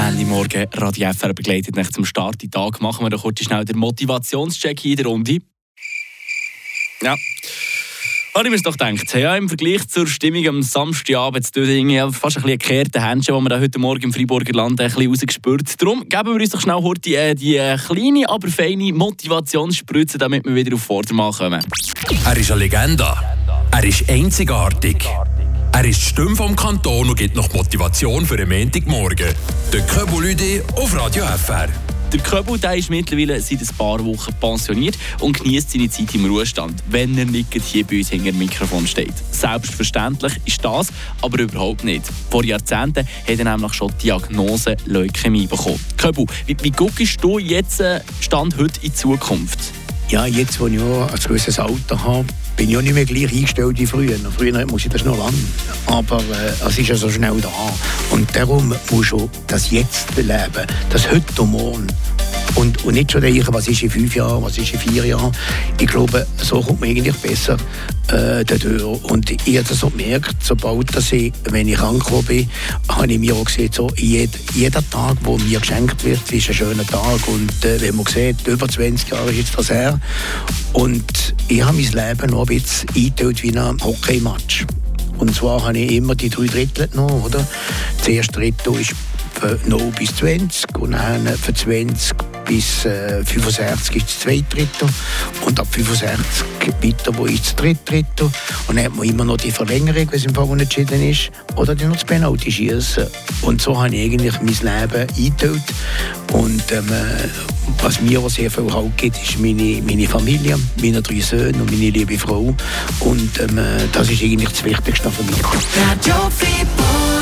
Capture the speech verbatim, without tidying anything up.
Ende Morgen Radio F R begleitet nach zum Start in den Tag. Machen wir doch kurz schnell den Motivationscheck hier in der Runde. Ja. Habe ich mir doch gedacht, ja, im Vergleich zur Stimmung am Samstagabend zu Dödingen, ja, fast ein bisschen gekehrte Händchen, die wir da heute Morgen im Freiburger Land ein bisschen rausgespürt. Darum geben wir uns doch schnell heute die, äh, die äh, kleine, aber feine Motivationsspritze, damit wir wieder auf Vordermann kommen. Er ist eine Legende. Er ist einzigartig. Er ist die Stimme vom Kanton und gibt noch Motivation für einen Montagmorgen. Der Köbulüde auf Radio F R. Der Köbel, der ist mittlerweile seit ein paar Wochen pensioniert und genießt seine Zeit im Ruhestand, wenn er nicht hier bei uns hinter dem Mikrofon steht. Selbstverständlich ist das aber überhaupt nicht. Vor Jahrzehnten hat er nämlich schon die Diagnose Leukämie bekommen. Köbel, wie, wie guckst du jetzt Stand heute in die Zukunft? Ja, jetzt, wo ich auch ein gewisses Alter habe, bin ich auch nicht mehr gleich eingestellt wie früher. Früher muss ich das noch lange, aber äh, es ist ja so schnell da. Und darum muss ich das Jetzt leben, das Heute und Morgen. Und, und nicht schon denken, was ist in fünf Jahren, was ist in vier Jahren. Ich glaube, so kommt man eigentlich besser äh, dadurch. Und ich habe das auch gemerkt, sobald dass ich, wenn ich krank bin, habe ich mir auch gesehen, so, jeder, jeder Tag, der mir geschenkt wird, ist ein schöner Tag. Und äh, wenn man sieht, über zwanzig Jahre ist jetzt das her. Und ich habe mein Leben noch ein bisschen eingeteilt wie ein Hockeymatch. Und zwar habe ich immer die drei Drittel genommen, oder? Das erste Drittel ist von null bis zwanzig und dann von zwanzig bis äh, fünfundsechzig ist das zweite Drittel und ab fünfundsechzig weiter, wo ist das dritte Drittel. Und dann hat man immer noch die Verlängerung, wenn es im Fall unentschieden ist, oder dann noch das Penalty schießen. Und so habe ich eigentlich mein Leben eingeteilt. Und ähm, was mir auch sehr viel Halt gibt, ist meine, meine Familie, meine drei Söhne und meine liebe Frau. Und ähm, das ist eigentlich das Wichtigste für mich. Radio Freiburg.